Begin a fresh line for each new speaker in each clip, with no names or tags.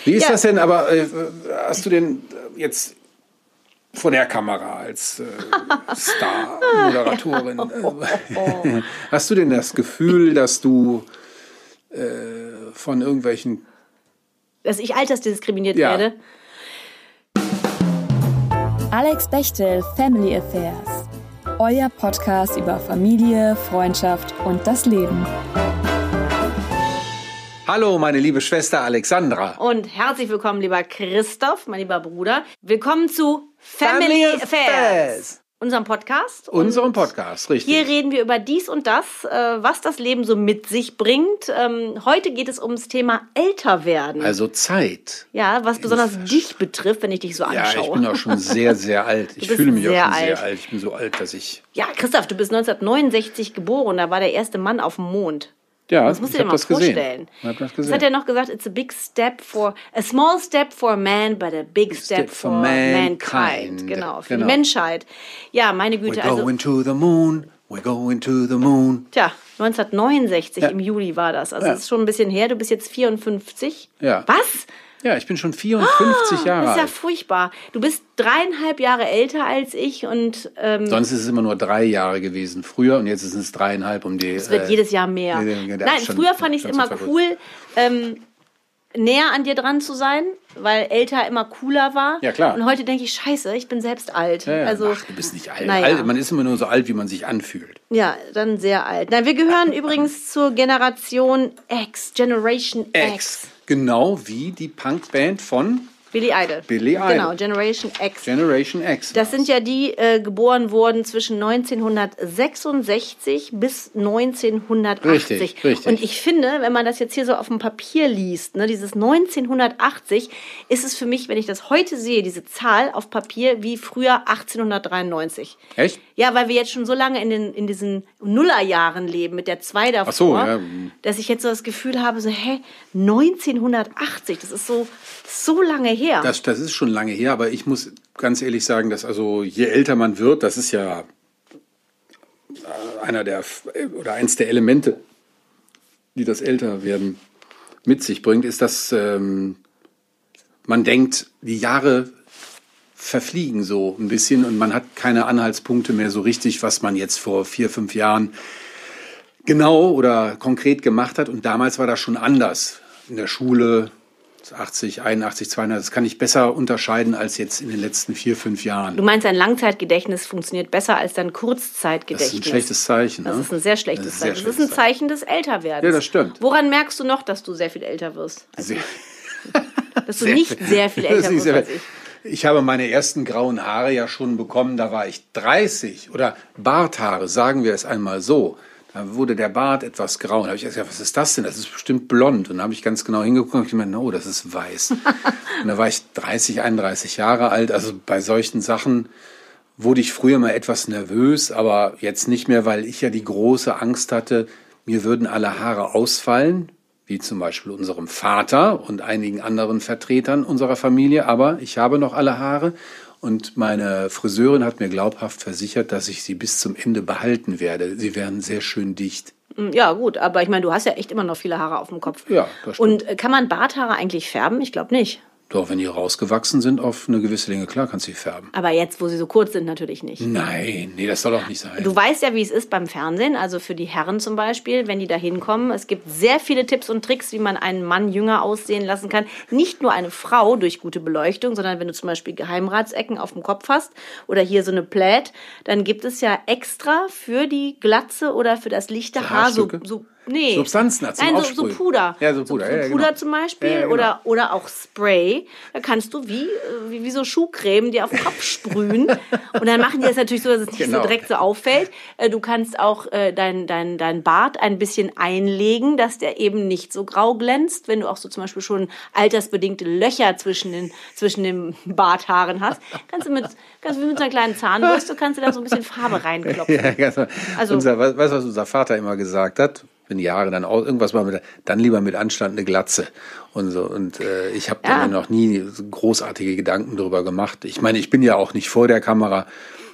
Wie ist das denn, aber hast du denn jetzt vor der Kamera als Star-Moderatorin, hast du denn das Gefühl, dass du von irgendwelchen...
Dass ich altersdiskriminiert werde?
Alex Bechtel, Family Affairs. Euer Podcast über Familie, Freundschaft und das Leben.
Hallo, meine liebe Schwester Alexandra.
Und herzlich willkommen, lieber Christoph, mein lieber Bruder. Willkommen zu Family Affairs. Unserem Podcast.
Unserem Podcast, richtig.
Hier reden wir über dies und das, was das Leben so mit sich bringt. Heute geht es ums Thema Älterwerden.
Also Zeit.
Ja, was besonders dich betrifft, wenn ich dich so anschaue.
Ja, ich bin auch schon sehr, sehr alt. Ich fühle mich auch schon sehr alt. Ich bin so alt, dass ich...
Ja, Christoph, du bist 1969 geboren. Da war der erste Mann auf dem Mond.
Ja,
das musst du dir mal vorstellen. Das hat er noch gesagt, it's a small step for a man, but a big step for mankind. Genau, für die Menschheit. Ja, meine Güte.
We're going to the moon, we're going to the moon.
Tja, 1969 im Juli war das. Also das ist schon ein bisschen her. Du bist jetzt 54.
Ja.
Was?
Ja, ich bin schon 54 Jahre alt.
Das ist ja furchtbar. Du bist 3,5 Jahre älter als ich und...
Sonst ist es immer nur 3 Jahre gewesen früher und jetzt sind es 3,5 um die...
Es wird jedes Jahr mehr. Nein, früher fand ich es immer cool, näher an dir dran zu sein, weil älter immer cooler war.
Ja, klar.
Und heute denke ich, scheiße, ich bin selbst alt.
Ja, ja.
Also,
ach, du bist nicht alt.
Naja.
Man ist immer nur so alt, wie man sich anfühlt.
Ja, dann sehr alt. Na, wir gehören übrigens zur Generation X.
Genau wie die Punkband von
Billy Idol. Genau, Generation X.
Generation X.
Das sind ja die geboren wurden zwischen 1966 bis 1980.
Richtig.
Und ich finde, wenn man das jetzt hier so auf dem Papier liest, ne, dieses 1980, ist es für mich, wenn ich das heute sehe, diese Zahl auf Papier, wie früher 1893.
Echt?
Ja, weil wir jetzt schon so lange in diesen Nullerjahren leben, mit der 2 davor,
ach so, ja.
dass ich jetzt so das Gefühl habe, so, 1980, das ist so lange her.
Das ist schon lange her, aber ich muss ganz ehrlich sagen, dass also je älter man wird, das ist ja eins der Elemente, die das Älterwerden mit sich bringt, ist, dass man denkt, die Jahre verfliegen so ein bisschen und man hat keine Anhaltspunkte mehr so richtig, was man jetzt vor 4, 5 Jahren genau oder konkret gemacht hat. Und damals war das schon anders. In der Schule 80, 81, 200, das kann ich besser unterscheiden als jetzt in den letzten 4, 5 Jahren.
Du meinst, ein Langzeitgedächtnis funktioniert besser als dein Kurzzeitgedächtnis?
Das ist ein schlechtes Zeichen.
Das ist ein sehr schlechtes Zeichen. Das ist ein Zeichen des Älterwerdens.
Ja, das stimmt.
Woran merkst du noch, dass du sehr viel älter wirst? Dass du nicht sehr viel älter wirst als ich.
Ich habe meine ersten grauen Haare ja schon bekommen, da war ich 30. Oder Barthaare, sagen wir es einmal so. Da wurde der Bart etwas grau. Da habe ich gesagt, was ist das denn? Das ist bestimmt blond. Und dann habe ich ganz genau hingeguckt und ich meine, no, das ist weiß. Und da war ich 30, 31 Jahre alt. Also bei solchen Sachen wurde ich früher mal etwas nervös, aber jetzt nicht mehr, weil ich ja die große Angst hatte, mir würden alle Haare ausfallen, wie zum Beispiel unserem Vater und einigen anderen Vertretern unserer Familie. Aber ich habe noch alle Haare. Und meine Friseurin hat mir glaubhaft versichert, dass ich sie bis zum Ende behalten werde. Sie werden sehr schön dicht.
Ja, gut, aber ich meine, du hast ja echt immer noch viele Haare auf dem Kopf.
Ja, das stimmt.
Und kann man Barthaare eigentlich färben? Ich glaube nicht.
Doch, wenn die rausgewachsen sind auf eine gewisse Länge, klar kannst du sie färben.
Aber jetzt, wo sie so kurz sind, natürlich nicht.
Nein, das soll auch nicht sein.
Du weißt ja, wie es ist beim Fernsehen, also für die Herren zum Beispiel, wenn die da hinkommen. Es gibt sehr viele Tipps und Tricks, wie man einen Mann jünger aussehen lassen kann. Nicht nur eine Frau durch gute Beleuchtung, sondern wenn du zum Beispiel Geheimratsecken auf dem Kopf hast oder hier so eine Plaid, dann gibt es ja extra für die Glatze oder für das lichte Haar so
Substanzen zum Aufsprühen.
So Puder.
Ja, so Puder.
So Puder zum Beispiel
ja, genau.
oder auch Spray. Da kannst du wie so Schuhcreme dir auf den Kopf sprühen. Und dann machen die das natürlich so, dass es nicht so direkt so auffällt. Du kannst auch dein Bart ein bisschen einlegen, dass der eben nicht so grau glänzt. Wenn du auch so zum Beispiel schon altersbedingte Löcher zwischen den Barthaaren hast, kannst du mit so einer kleinen Zahnbürste kannst du da so ein bisschen Farbe reinklopfen.
Ja, also, weißt du, was unser Vater immer gesagt hat? Wenn die Haare dann auch irgendwas mal dann lieber mit Anstand eine Glatze und so. Und ich habe mir noch nie großartige Gedanken darüber gemacht. Ich meine, ich bin ja auch nicht vor der Kamera.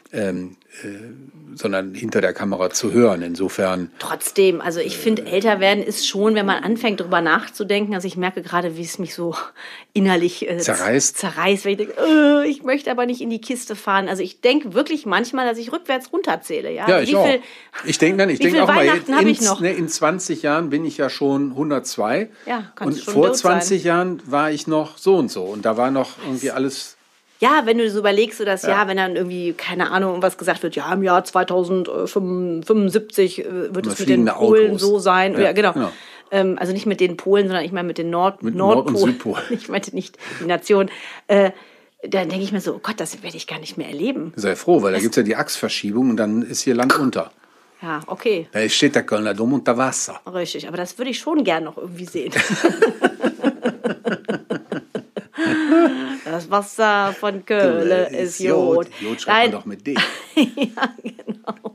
sondern hinter der Kamera zu hören. Insofern.
Trotzdem, also ich finde, älter werden ist schon, wenn man anfängt, darüber nachzudenken. Also ich merke gerade, wie es mich so innerlich zerreißt, weil ich denke, ich möchte aber nicht in die Kiste fahren. Also ich denke wirklich manchmal, dass ich rückwärts runterzähle. Ja,
ich auch. Ich denke auch mal,
noch?
In 20 Jahren bin ich ja schon 102.
Ja,
und vor 20 Jahren war ich noch so und so. Und da war noch irgendwie alles...
Ja, wenn du so überlegst, so dass wenn dann irgendwie, keine Ahnung, was gesagt wird, ja, im Jahr 2075 wird es mit den Polen so sein. Ja, genau. Also nicht mit den Polen, sondern ich meine mit den Nordpolen.
Und Südpolen.
Ich meinte nicht die Nation. Dann denke ich mir so, oh Gott, das werde ich gar nicht mehr erleben.
Sei froh, weil da gibt es ja die Achsverschiebung und dann ist hier Land unter.
Ja, okay.
Da steht der Kölner Dom unter Wasser.
Richtig, aber das würde ich schon gern noch irgendwie sehen. Das Wasser von Köln ist Jod.
Jod schreibt man doch mit D.
Ja, genau.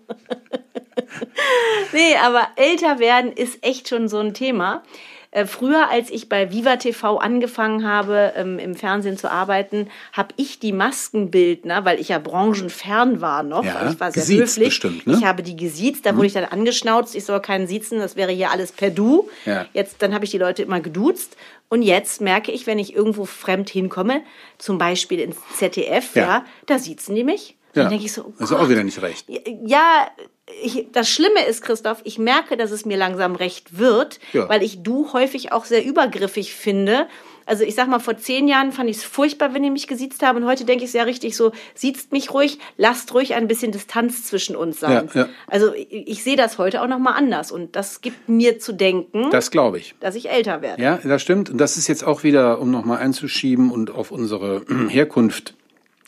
Nee, aber älter werden ist echt schon so ein Thema. Früher, als ich bei Viva TV angefangen habe, im Fernsehen zu arbeiten, habe ich die Maskenbildner, weil ich ja branchenfern war noch, ich war sehr höflich,
bestimmt, ne?
Ich habe die gesiezt, da wurde ich dann angeschnauzt, ich soll keinen siezen, das wäre hier alles per Du.
Ja.
Dann habe ich die Leute immer geduzt. Und jetzt merke ich, wenn ich irgendwo fremd hinkomme, zum Beispiel ins ZDF, da siezen die mich. Dann denke ich so,
das ist auch wieder nicht recht.
Ja, das Schlimme ist, Christoph, ich merke, dass es mir langsam recht wird, weil ich du häufig auch sehr übergriffig finde. Also ich sag mal, vor 10 Jahren fand ich es furchtbar, wenn die mich gesiezt haben. Und heute denke ich es ja richtig so, siezt mich ruhig, lasst ruhig ein bisschen Distanz zwischen uns sein.
Ja.
Also ich sehe das heute auch nochmal anders. Und das gibt mir zu denken,
das glaube ich,
dass ich älter werde.
Ja, das stimmt. Und das ist jetzt auch wieder, um nochmal einzuschieben und auf unsere Herkunft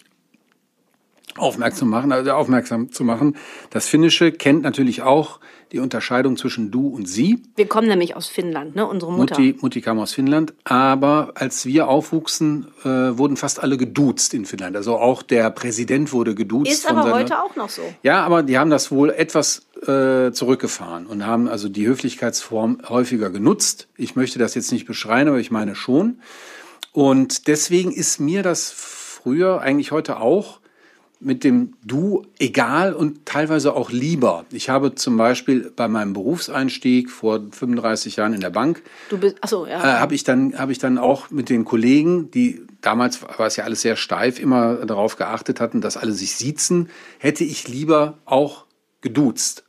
aufmerksam zu machen. Das Finnische kennt natürlich auch die Unterscheidung zwischen du und sie.
Wir kommen nämlich aus Finnland, ne? Unsere Mutter.
Mutti kam aus Finnland, aber als wir aufwuchsen, wurden fast alle geduzt in Finnland. Also auch der Präsident wurde geduzt.
Ist aber heute auch noch so.
Ja, aber die haben das wohl etwas zurückgefahren und haben also die Höflichkeitsform häufiger genutzt. Ich möchte das jetzt nicht beschreien, aber ich meine schon. Und deswegen ist mir das früher, eigentlich heute auch, mit dem Du egal und teilweise auch lieber. Ich habe zum Beispiel bei meinem Berufseinstieg vor 35 Jahren in der Bank, habe ich dann auch mit den Kollegen, die damals war es ja alles sehr steif, immer darauf geachtet hatten, dass alle sich siezen, hätte ich lieber auch geduzt.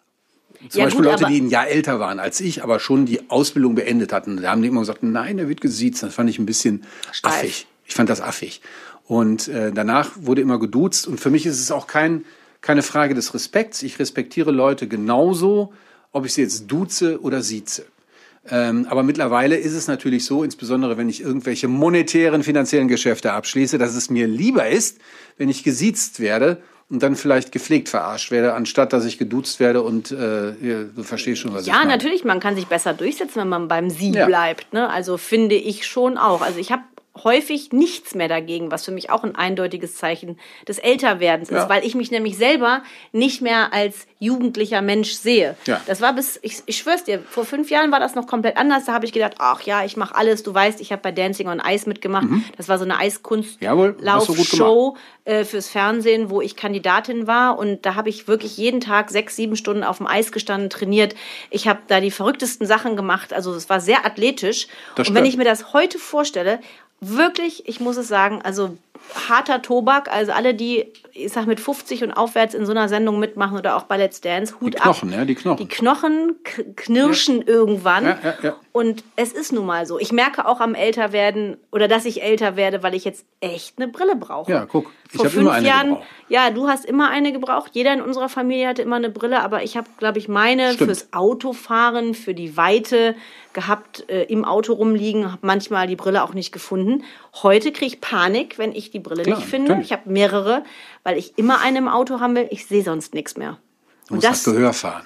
Zum Beispiel Leute, die ein Jahr älter waren als ich, aber schon die Ausbildung beendet hatten. Da haben die immer gesagt, nein, er wird gesiezt. Das fand ich ein bisschen affig. Ich fand das affig. Und danach wurde immer geduzt. Und für mich ist es auch keine Frage des Respekts. Ich respektiere Leute genauso, ob ich sie jetzt duze oder sieze. Aber mittlerweile ist es natürlich so, insbesondere wenn ich irgendwelche monetären, finanziellen Geschäfte abschließe, dass es mir lieber ist, wenn ich gesiezt werde und dann vielleicht gepflegt verarscht werde, anstatt dass ich geduzt werde und du verstehst schon, was ich meine.
Ja, natürlich, man kann sich besser durchsetzen, wenn man beim Sie bleibt. Ne? Also finde ich schon auch. Also ich habe häufig nichts mehr dagegen, was für mich auch ein eindeutiges Zeichen des Älterwerdens ist, weil ich mich nämlich selber nicht mehr als jugendlicher Mensch sehe. Ja. Das war ich schwör's dir, vor 5 Jahren war das noch komplett anders. Da habe ich gedacht, ach ja, ich mache alles. Du weißt, ich habe bei Dancing on Ice mitgemacht. Das war so eine Eiskunstlaufshow fürs Fernsehen, wo ich Kandidatin war. Und da habe ich wirklich jeden Tag 6-7 Stunden auf dem Eis gestanden, trainiert. Ich habe da die verrücktesten Sachen gemacht. Also es war sehr athletisch. Und wenn ich mir das heute vorstelle, wirklich, ich muss es sagen, also harter Tobak, also alle, die, ich sag mit 50 und aufwärts in so einer Sendung mitmachen oder auch bei Let's Dance, Hut ab.
Die Knochen.
Die Knochen knirschen irgendwann. Ja. Und es ist nun mal so. Ich merke auch am Älterwerden oder dass ich älter werde, weil ich jetzt echt eine Brille brauche.
Ja, guck, ich habe immer eine gebraucht.
Ja, du hast immer eine gebraucht. Jeder in unserer Familie hatte immer eine Brille, aber ich habe, glaube ich, meine fürs Autofahren, für die Weite gehabt, im Auto rumliegen, habe manchmal die Brille auch nicht gefunden. Heute kriege ich Panik, wenn ich die Brille nicht finde. Natürlich. Ich habe mehrere, weil ich immer eine im Auto haben will. Ich sehe sonst nichts mehr.
Du musst das Gehör fahren.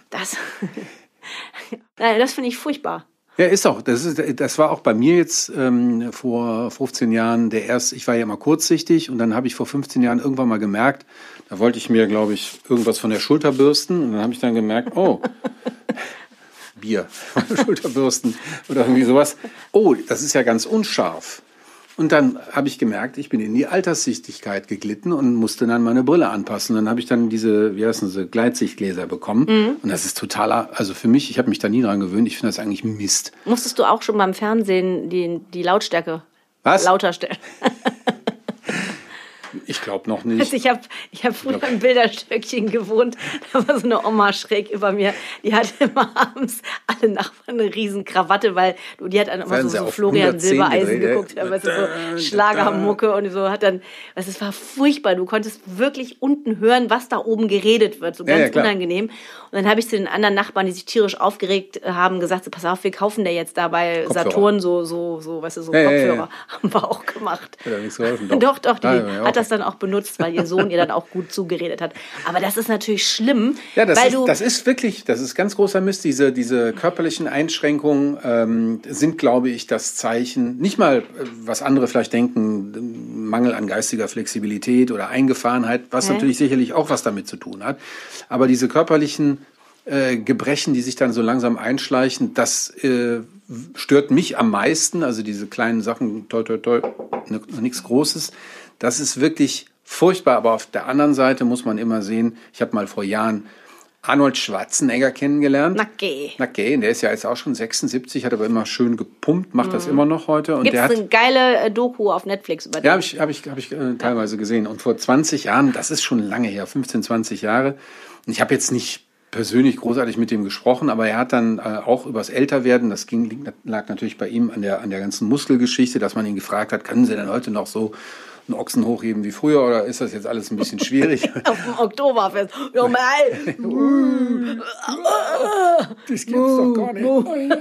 Nein, das finde ich furchtbar.
Ja, ist auch. Das war auch bei mir jetzt vor 15 Jahren ich war ja immer kurzsichtig und dann habe ich vor 15 Jahren irgendwann mal gemerkt, da wollte ich mir, glaube ich, irgendwas von der Schulter bürsten und dann habe ich dann gemerkt, Bier, Schulterbürsten oder irgendwie sowas. Oh, das ist ja ganz unscharf. Und dann habe ich gemerkt, ich bin in die Alterssichtigkeit geglitten und musste dann meine Brille anpassen. Dann habe ich dann diese, wie heißen sie, Gleitsichtgläser bekommen. Und das ist totaler, also für mich, ich habe mich da nie dran gewöhnt, ich finde das eigentlich Mist.
Musstest du auch schon beim Fernsehen die Lautstärke lauter stellen?
Ich glaube noch nicht.
Also ich hab früher im Bilderstöckchen gewohnt, da war so eine Oma schräg über mir, die hatte immer abends alle Nachbarn eine riesen Krawatte, weil die hat dann immer so Florian Silbereisen geguckt, weißt du, so Schlagermucke und so hat dann, es war furchtbar, du konntest wirklich unten hören, was da oben geredet wird, so ganz unangenehm. Und dann habe ich zu den anderen Nachbarn, die sich tierisch aufgeregt haben, gesagt, so, pass auf, wir kaufen dir jetzt da bei Saturn so, weißt du, so Kopfhörer. Haben wir auch gemacht.
Hat ja nichts geholfen,
doch, die hat das dann auch benutzt, weil ihr Sohn ihr dann auch gut zugeredet hat. Aber das ist natürlich schlimm.
Ja, das ist ganz großer Mist. Diese körperlichen Einschränkungen sind, glaube ich, das Zeichen, nicht mal, was andere vielleicht denken, Mangel an geistiger Flexibilität oder Eingefahrenheit, was natürlich sicherlich auch was damit zu tun hat. Aber diese körperlichen Gebrechen, die sich dann so langsam einschleichen, das stört mich am meisten. Also diese kleinen Sachen, toi, nichts Großes. Das ist wirklich furchtbar. Aber auf der anderen Seite muss man immer sehen, ich habe mal vor Jahren Arnold Schwarzenegger kennengelernt. Nacke, der ist ja jetzt auch schon 76, hat aber immer schön gepumpt, macht das immer noch heute.
Gibt es eine geile Doku auf Netflix über den?
Ja, hab ich teilweise gesehen. Und vor 20 Jahren, das ist schon lange her, 15, 20 Jahre. Und ich habe jetzt nicht persönlich großartig mit dem gesprochen, aber er hat dann auch übers Älterwerden, das lag natürlich bei ihm an der ganzen Muskelgeschichte, dass man ihn gefragt hat, können Sie denn heute noch so einen Ochsen hochheben wie früher oder ist das jetzt alles ein bisschen schwierig?
Auf dem Oktoberfest. Normal.
Das gibt's doch gar nicht.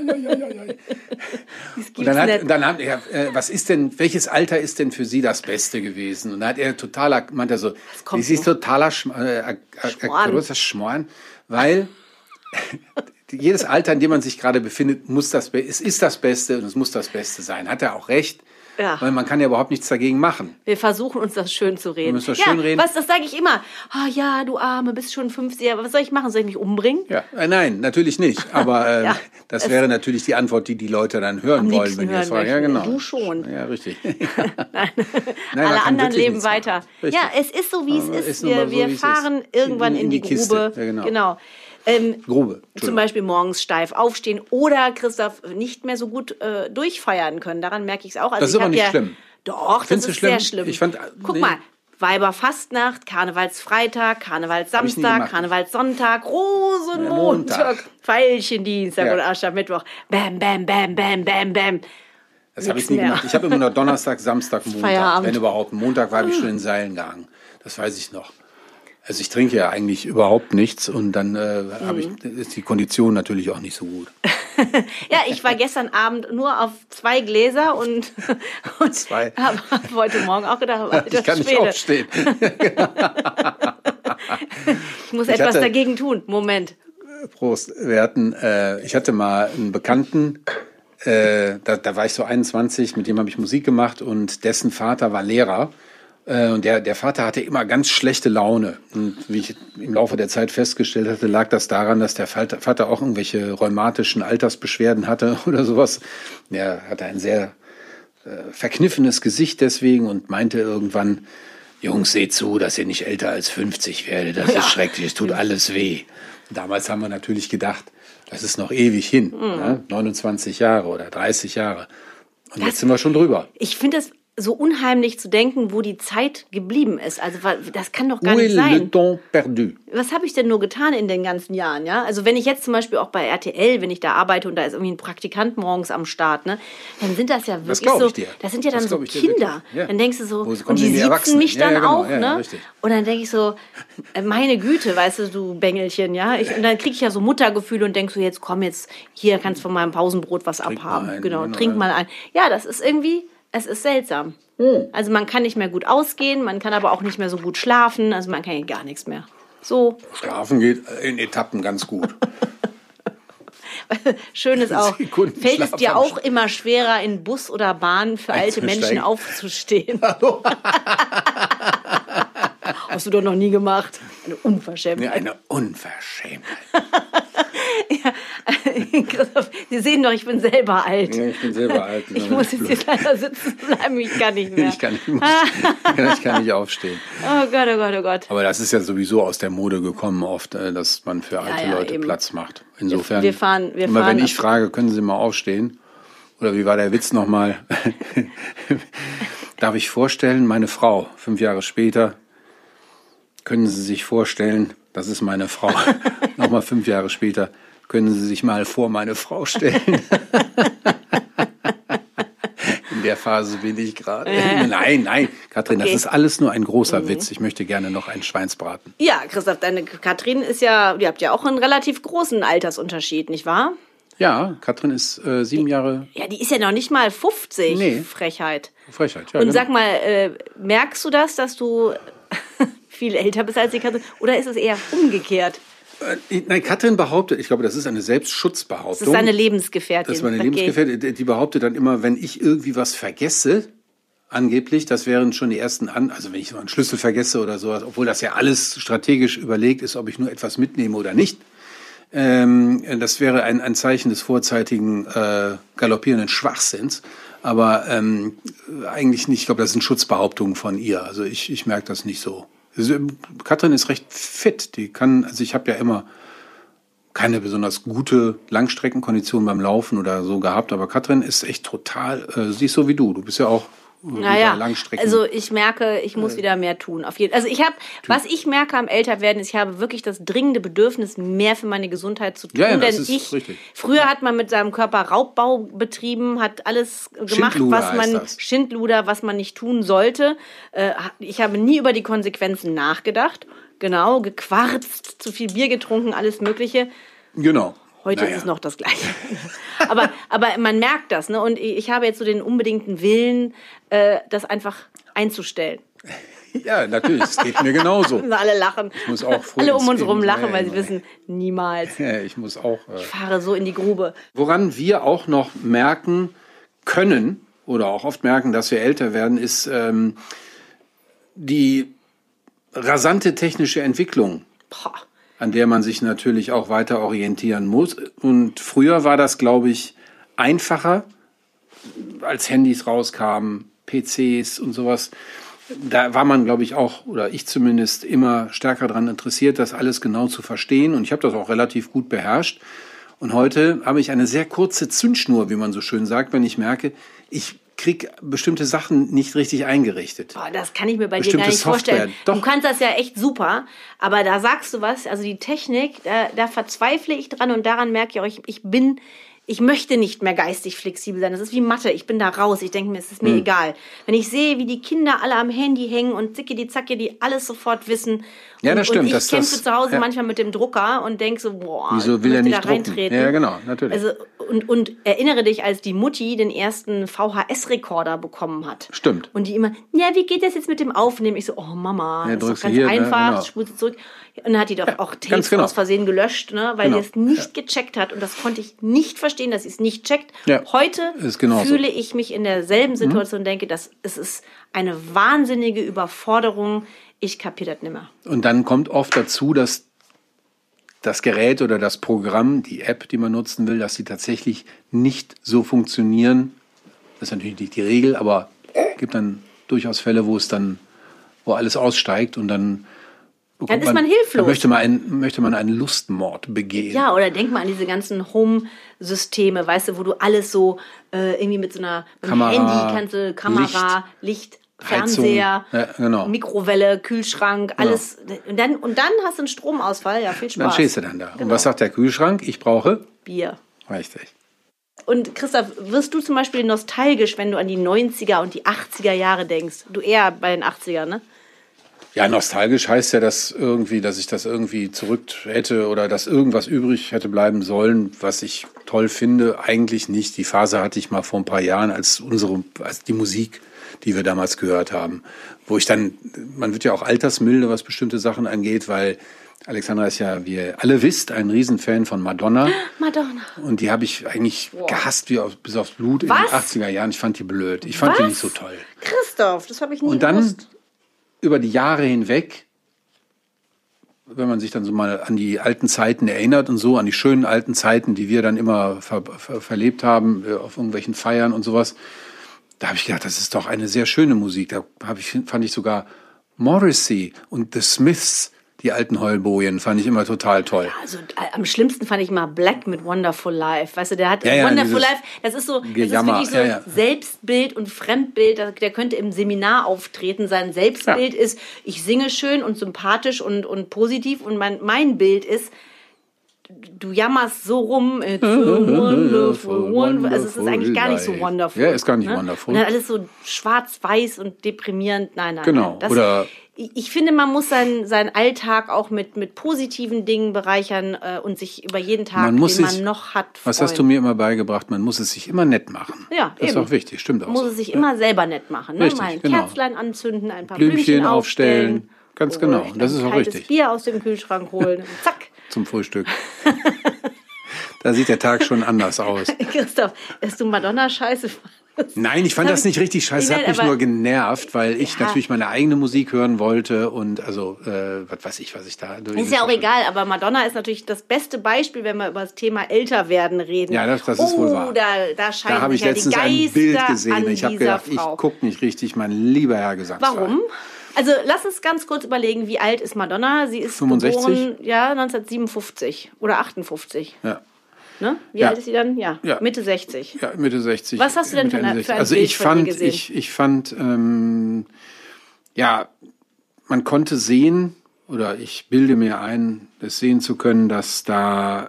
Und dann hat er, welches Alter ist denn für Sie das Beste gewesen? Und dann hat er meint er so, das ist totaler Schmoren, weil jedes Alter, in dem man sich gerade befindet, ist das Beste und es muss das Beste sein. Hat er auch recht. Ja. Weil man kann ja überhaupt nichts dagegen machen.
Wir versuchen uns das schön zu reden.
Wir müssen das schön reden.
Das sage ich immer. Oh ja, du Arme, bist schon 50. Was soll ich machen? Soll ich mich umbringen?
Ja, nein, natürlich nicht. Aber das wäre natürlich die Antwort, die Leute dann hören wollen, wenn wir es fragen. Ja, genau.
Du schon.
Ja, richtig.
Nein, alle anderen leben weiter. Richtig. Ja, es ist so, wie es ist. Wir fahren irgendwann in die Grube.
Ja,
genau.
Grube.
Zum Beispiel morgens steif aufstehen oder, Christoph, nicht mehr so gut durchfeiern können. Daran merke ich es auch. Also
das ist aber nicht schlimm.
Doch, das ist sehr schlimm. Guck mal, Weiberfastnacht, Karnevalsfreitag, Karnevalssamstag, Karnevalssonntag, Rosenmontag, Veilchendienstag oder Aschermittwoch. Bam, bam, bam, bam, bam, bam.
Das habe ich nie gemacht. Ich habe immer nur Donnerstag, Samstag, Montag. Feierabend. Wenn überhaupt. Montag habe ich schon in Seilen gehangen. Das weiß ich noch. Also ich trinke ja eigentlich überhaupt nichts und dann ist die Kondition natürlich auch nicht so gut.
Ja, ich war gestern Abend nur auf 2 Gläser und habe heute Morgen auch gedacht, Alter,
ich kann nicht aufstehen.
Ich muss etwas dagegen tun. Moment.
Prost. Ich hatte mal einen Bekannten, da war ich so 21, mit dem habe ich Musik gemacht und dessen Vater war Lehrer. Und der Vater hatte immer ganz schlechte Laune. Und wie ich im Laufe der Zeit festgestellt hatte, lag das daran, dass der Vater auch irgendwelche rheumatischen Altersbeschwerden hatte oder sowas. Der hatte ein sehr verkniffenes Gesicht deswegen und meinte irgendwann, Jungs, seht zu, dass ihr nicht älter als 50 werdet. Das ist schrecklich, es tut alles weh. Und damals haben wir natürlich gedacht, das ist noch ewig hin. Ne? 29 Jahre oder 30 Jahre. Und jetzt sind wir schon drüber.
Ich finde das so unheimlich zu denken, wo die Zeit geblieben ist. Also das kann doch gar nicht sein.
Le temps perdu.
Was habe ich denn nur getan in den ganzen Jahren? Ja? Also wenn ich jetzt zum Beispiel auch bei RTL, wenn ich da arbeite und da ist irgendwie ein Praktikant morgens am Start, ne, dann sind das ja wirklich so, das sind ja dann so Kinder. Ja. Dann denkst du so, und die sitzen mich dann auch. Ja, ne? Und dann denke ich so, meine Güte, weißt du Bengelchen, ja. Und dann kriege ich ja so Muttergefühle und denk so, jetzt komm, hier kannst du von meinem Pausenbrot was abhaben. Trink mal ein. Ja, das ist irgendwie... Es ist seltsam. Also man kann nicht mehr gut ausgehen, man kann aber auch nicht mehr so gut schlafen, also man kann ja gar nichts mehr. So.
Schlafen geht in Etappen ganz gut.
Schön ist auch, fällt es dir auch immer schwerer, in Bus oder Bahn für alte Menschen aufzustehen?
Hallo?
Hast du doch noch nie gemacht. Eine Unverschämtheit.
Eine Unverschämtheit.
Ja, Christoph, Sie sehen doch, ich bin selber alt.
Ja, ich bin selber alt.
Ich muss jetzt hier leider sitzen bleiben, ich kann nicht mehr.
Ich kann nicht aufstehen.
Oh Gott, oh Gott, oh Gott.
Aber das ist ja sowieso aus der Mode gekommen oft, dass man für alte Leute eben Platz macht. Insofern,
wir fahren
immer wenn ich frage, können Sie mal aufstehen? Oder wie war der Witz nochmal? Darf ich vorstellen, meine Frau, 5 Jahre später, können Sie sich vorstellen, das ist meine Frau. Nochmal 5 Jahre später, können Sie sich mal vor meine Frau stellen. In der Phase bin ich gerade. Nein, Katrin, okay. Das ist alles nur ein großer Witz. Ich möchte gerne noch einen Schweinsbraten.
Ja, Christoph, deine Katrin ist ja, ihr habt ja auch einen relativ großen Altersunterschied, nicht wahr?
Ja, Katrin ist 7 Jahre.
Ja, die ist ja noch nicht mal 50.
Nee.
Frechheit,
ja.
Und sag mal, merkst du das, dass du viel älter bist als die Katrin? Oder ist es eher umgekehrt?
Nein, Katrin behauptet, ich glaube, das ist eine Selbstschutzbehauptung.
Das ist eine Lebensgefährtin.
Das ist meine Lebensgefährtin. Die behauptet dann immer, wenn ich irgendwie was vergesse, angeblich, das wären schon die ersten also wenn ich so einen Schlüssel vergesse oder sowas, obwohl das ja alles strategisch überlegt ist, ob ich nur etwas mitnehme oder nicht. Das wäre ein Zeichen des vorzeitigen galoppierenden Schwachsinns. Aber eigentlich nicht. Ich glaube, das sind Schutzbehauptungen von ihr. Also ich merke das nicht so. Katrin ist recht fit. Ich habe ja immer keine besonders gute Langstreckenkondition beim Laufen oder so gehabt. Aber Katrin ist echt total, sie ist so wie du. Du bist ja auch Langstrecken.
Also ich merke, ich muss wieder mehr tun. Was ich merke am Älterwerden, ist, ich habe wirklich das dringende Bedürfnis, mehr für meine Gesundheit zu tun.
Ja, das ist richtig.
Früher hat man mit seinem Körper Raubbau betrieben, hat alles gemacht, Schindluder, was man nicht tun sollte. Ich habe nie über die Konsequenzen nachgedacht. Genau, gequarzt, zu viel Bier getrunken, alles Mögliche.
Genau.
Heute ist es noch das Gleiche. aber man merkt das, ne? Und ich habe jetzt so den unbedingten Willen, das einfach einzustellen.
Ja, natürlich, es geht mir genauso.
Alle lachen.
Ich muss auch
alle um uns rum lachen, weil sie wissen, niemals.
Ja, ich muss auch.
Ich fahre so in die Grube.
Woran wir auch noch merken können oder auch oft merken, dass wir älter werden, ist die rasante technische Entwicklung. An der man sich natürlich auch weiter orientieren muss. Und früher war das, glaube ich, einfacher, als Handys rauskamen, PCs und sowas. Da war man, glaube ich, auch, oder ich zumindest, immer stärker daran interessiert, das alles genau zu verstehen. Und ich habe das auch relativ gut beherrscht. Und heute habe ich eine sehr kurze Zündschnur, wie man so schön sagt, wenn ich merke, ich kriege bestimmte Sachen nicht richtig eingerichtet.
Das kann ich mir bei dir gar nicht vorstellen.
Doch.
Du kannst das ja echt super, aber da sagst du was, also die Technik, da verzweifle ich dran und daran merke ich auch, ich möchte nicht mehr geistig flexibel sein. Das ist wie Mathe. Ich bin da raus. Ich denke mir, es ist mir egal. Wenn ich sehe, wie die Kinder alle am Handy hängen und zacke, die alles sofort wissen.
Ja, das stimmt.
Und ich kämpfe zu Hause manchmal mit dem Drucker und denke so,
wieso will er nicht
da reintreten?
Ja, genau, natürlich.
Also, und erinnere dich, als die Mutti den ersten VHS-Rekorder bekommen hat.
Stimmt.
Und die immer, wie geht das jetzt mit dem Aufnehmen? Ich so, oh Mama, das ist doch ganz einfach, das spult sie zurück. Und dann hat die doch auch Tapes aus Versehen gelöscht, ne, weil sie es nicht gecheckt hat. Und das konnte ich nicht verstehen, dass sie es nicht checkt. Ja. Heute fühle ich mich in derselben Situation und denke, es ist eine wahnsinnige Überforderung. Ich kapiere das nicht mehr.
Und dann kommt oft dazu, dass das Gerät oder das Programm, die App, die man nutzen will, dass sie tatsächlich nicht so funktionieren. Das ist natürlich nicht die Regel, aber es gibt dann durchaus Fälle, wo alles aussteigt und dann
ist man hilflos.
Dann möchte man einen Lustmord begehen.
Ja, oder denk mal an diese ganzen Home-Systeme, weißt du, wo du alles so irgendwie mit so einer Handy, Kamera, Licht, Fernseher, Mikrowelle, Kühlschrank, alles. Genau. Und dann hast du einen Stromausfall. Ja, viel Spaß.
Dann stehst du dann da. Genau. Und was sagt der Kühlschrank? Ich brauche
Bier.
Richtig.
Und Christoph, wirst du zum Beispiel nostalgisch, wenn du an die 90er und die 80er Jahre denkst? Du eher bei den 80ern, ne?
Ja, nostalgisch heißt ja, dass ich das irgendwie zurück hätte oder dass irgendwas übrig hätte bleiben sollen, was ich toll finde. Eigentlich nicht. Die Phase hatte ich mal vor ein paar Jahren als die Musik, die wir damals gehört haben, wo ich dann, man wird ja auch altersmilde, was bestimmte Sachen angeht, weil Alexandra ist ja, wie ihr alle wisst, ein Riesenfan von Madonna.
Madonna.
Und die habe ich eigentlich gehasst, bis aufs Blut in den 80er Jahren. Ich fand die blöd. Ich fand die nicht so toll.
Christoph, das habe ich nie
gewusst. Und dann über die Jahre hinweg wenn man sich dann so mal an die alten Zeiten erinnert und so, an die schönen alten Zeiten, die wir dann immer verlebt haben, auf irgendwelchen Feiern und sowas, da habe ich gedacht, das ist doch eine sehr schöne Musik. Da fand ich sogar Morrissey und The Smiths, die alten Heulbojen, fand ich immer total toll.
Ja, also am schlimmsten fand ich mal Black mit Wonderful Life. Weißt du, der hat
ja,
Wonderful Life, das ist wirklich so Selbstbild und Fremdbild. Der könnte im Seminar auftreten. Sein Selbstbild ist, ich singe schön und sympathisch und positiv. Und mein Bild ist, du jammerst so rum, it's a wonderful. Also es ist eigentlich gar nicht so wonderful.
Ja, ist gar nicht wonderful.
Und dann alles so schwarz-weiß und deprimierend. Nein.
Genau.
Ich finde, man muss seinen Alltag auch mit positiven Dingen bereichern und sich über jeden Tag, den man noch hat, freuen.
Was hast du mir immer beigebracht? Man muss es sich immer nett machen.
Ja,
das ist auch wichtig, stimmt auch.
Man muss es sich immer selber nett machen. Ne?
Richtig,
mal ein
genau.
Kerzlein anzünden, ein paar
Blümchen aufstellen. Ganz genau. Das ist auch richtig.
Ein Bier aus dem Kühlschrank holen. Zack.
Zum Frühstück. Da sieht der Tag schon anders aus.
Christoph, dass du Madonna-Scheiße
Nein, ich fand das nicht richtig scheiße. Es hat mich nur genervt, weil ich natürlich meine eigene Musik hören wollte und also, was weiß ich, was ich da...
Ist ja auch egal, aber Madonna ist natürlich das beste Beispiel, wenn wir über das Thema Älterwerden reden.
Ja, das ist wohl wahr.
Da scheinen
habe ich
sich
letztens
ja die
ein Bild
Geister
gesehen. Ich habe gedacht, ich gucke nicht richtig, mein lieber Herr Gesangsverein.
Warum? Also lass uns ganz kurz überlegen, wie alt ist Madonna? Sie ist
65?
Geboren, 1957 oder 58.
Ja.
Ne? Wie alt ist sie dann? Ja, Mitte 60.
Ja, Mitte 60.
Was hast du denn für ein Bild
von ihr gesehen? Ich fand, man konnte sehen, oder ich bilde mir ein, das sehen zu können, dass da,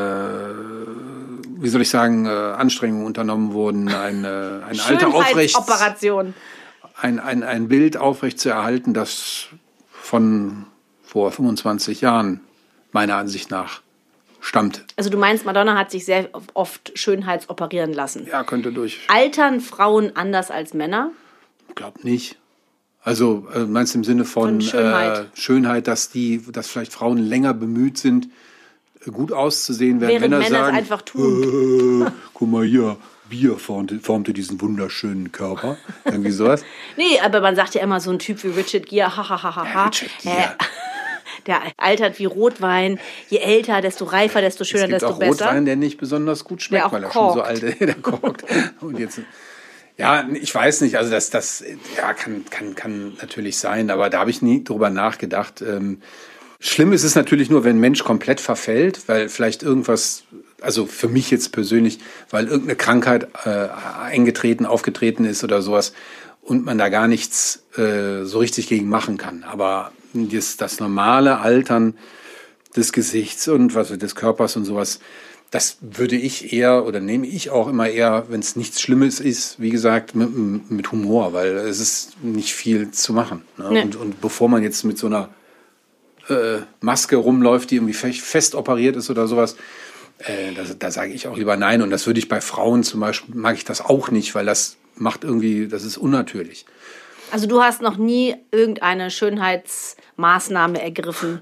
Anstrengungen unternommen wurden, eine alte
Schönheitsoperation.
Ein Bild aufrecht zu erhalten, das von vor 25 Jahren meiner Ansicht nach stammt.
Also du meinst, Madonna hat sich sehr oft schönheitsoperieren lassen?
Ja, könnte durch.
Altern Frauen anders als Männer?
Ich glaube nicht. Also meinst du im Sinne von Schönheit, dass vielleicht Frauen länger bemüht sind, gut auszusehen, während Männer sagen,
es einfach tun.
Guck mal hier, Bier formte diesen wunderschönen Körper. Irgendwie sowas.
Nee, aber man sagt ja immer so ein Typ wie Richard Gere,
Ja, Richard Gere.
Der altert wie Rotwein. Je älter, desto reifer, desto schöner, desto besser.
Es gibt auch Rotwein, der nicht besonders gut schmeckt, weil er schon so alt ist. Der korkt. Und jetzt, ja, ich weiß nicht. Also das kann natürlich sein, aber da habe ich nie drüber nachgedacht. Schlimm ist es natürlich nur, wenn ein Mensch komplett verfällt, weil vielleicht irgendwas, also für mich jetzt persönlich, weil irgendeine Krankheit aufgetreten ist oder sowas und man da gar nichts so richtig gegen machen kann. Aber das normale Altern des Gesichts und des Körpers und sowas, das würde ich eher oder nehme ich auch immer eher, wenn es nichts Schlimmes ist, wie gesagt, mit Humor, weil es ist nicht viel zu machen. Ne? Nee. Und bevor man jetzt mit so einer Maske rumläuft, die irgendwie fest operiert ist oder sowas, da sage ich auch lieber nein. Und das würde ich bei Frauen zum Beispiel, mag ich das auch nicht, weil das ist unnatürlich.
Also du hast noch nie irgendeine Schönheitsmaßnahme ergriffen?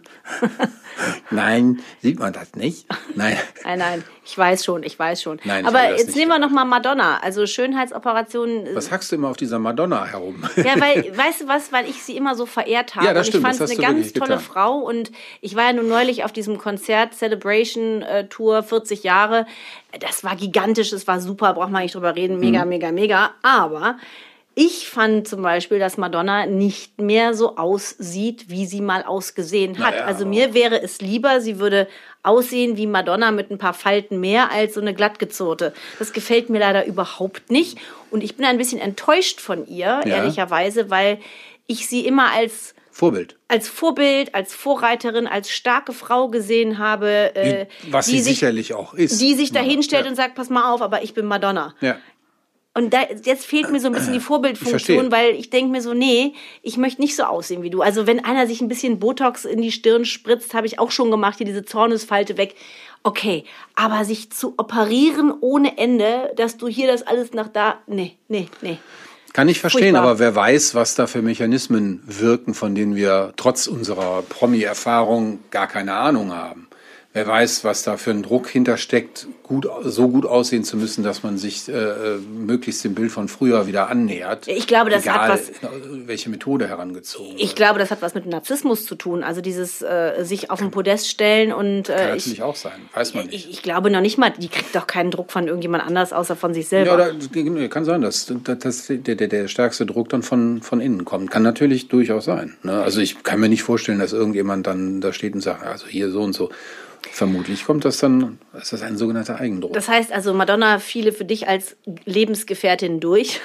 Nein, sieht man das nicht? Nein.
Nein, ich weiß schon.
Nein,
aber jetzt nehmen wir noch mal Madonna, also Schönheitsoperationen.
Was hackst du immer auf dieser Madonna herum?
Ja, weißt du was, weil ich sie immer so verehrt habe.
Ja, das stimmt,
ich fand sie eine ganz tolle Frau und ich war ja nun neulich auf diesem Konzert Celebration Tour 40 Jahre. Das war gigantisch, das war super, braucht man nicht drüber reden, mega, aber ich fand zum Beispiel, dass Madonna nicht mehr so aussieht, wie sie mal ausgesehen hat.
Naja,
also mir wäre es lieber, sie würde aussehen wie Madonna mit ein paar Falten mehr als so eine glattgezurrte. Das gefällt mir leider überhaupt nicht. Und ich bin ein bisschen enttäuscht von ihr, ehrlicherweise, weil ich sie immer als Vorbild, als Vorreiterin, als starke Frau gesehen habe.
Was sie sicherlich auch ist.
Die sich da hinstellt und sagt, pass mal auf, aber ich bin Madonna.
Ja.
Und jetzt fehlt mir so ein bisschen die Vorbildfunktion, weil ich denke mir so, nee, ich möchte nicht so aussehen wie du. Also wenn einer sich ein bisschen Botox in die Stirn spritzt, habe ich auch schon gemacht, hier diese Zornesfalte weg. Okay, aber sich zu operieren ohne Ende, dass du hier das alles nach da, nee.
Kann ich verstehen,
Furchtbar.
aber wer weiß, was da für Mechanismen wirken, von denen wir trotz unserer Promi-Erfahrung gar keine Ahnung haben. wer weiß, was da für ein Druck hintersteckt, so gut aussehen zu müssen, dass man sich möglichst dem Bild von früher wieder annähert.
Ich glaube, das hat was.
Welche Methode herangezogen wird.
Ich glaube, das hat was mit Narzissmus zu tun. Also dieses sich auf den Podest stellen und.
Kann natürlich auch sein, weiß man nicht.
Ich glaube noch nicht mal, die kriegt doch keinen Druck von irgendjemand anders, außer von sich selber.
Ja, kann sein, dass der stärkste Druck dann von innen kommt. Kann natürlich durchaus sein. Ne? Also ich kann mir nicht vorstellen, dass irgendjemand dann da steht und sagt, also hier so und so. Vermutlich kommt das dann, ist das ein sogenannter Eigendruck.
Das heißt also, Madonna fiele für dich als Lebensgefährtin durch?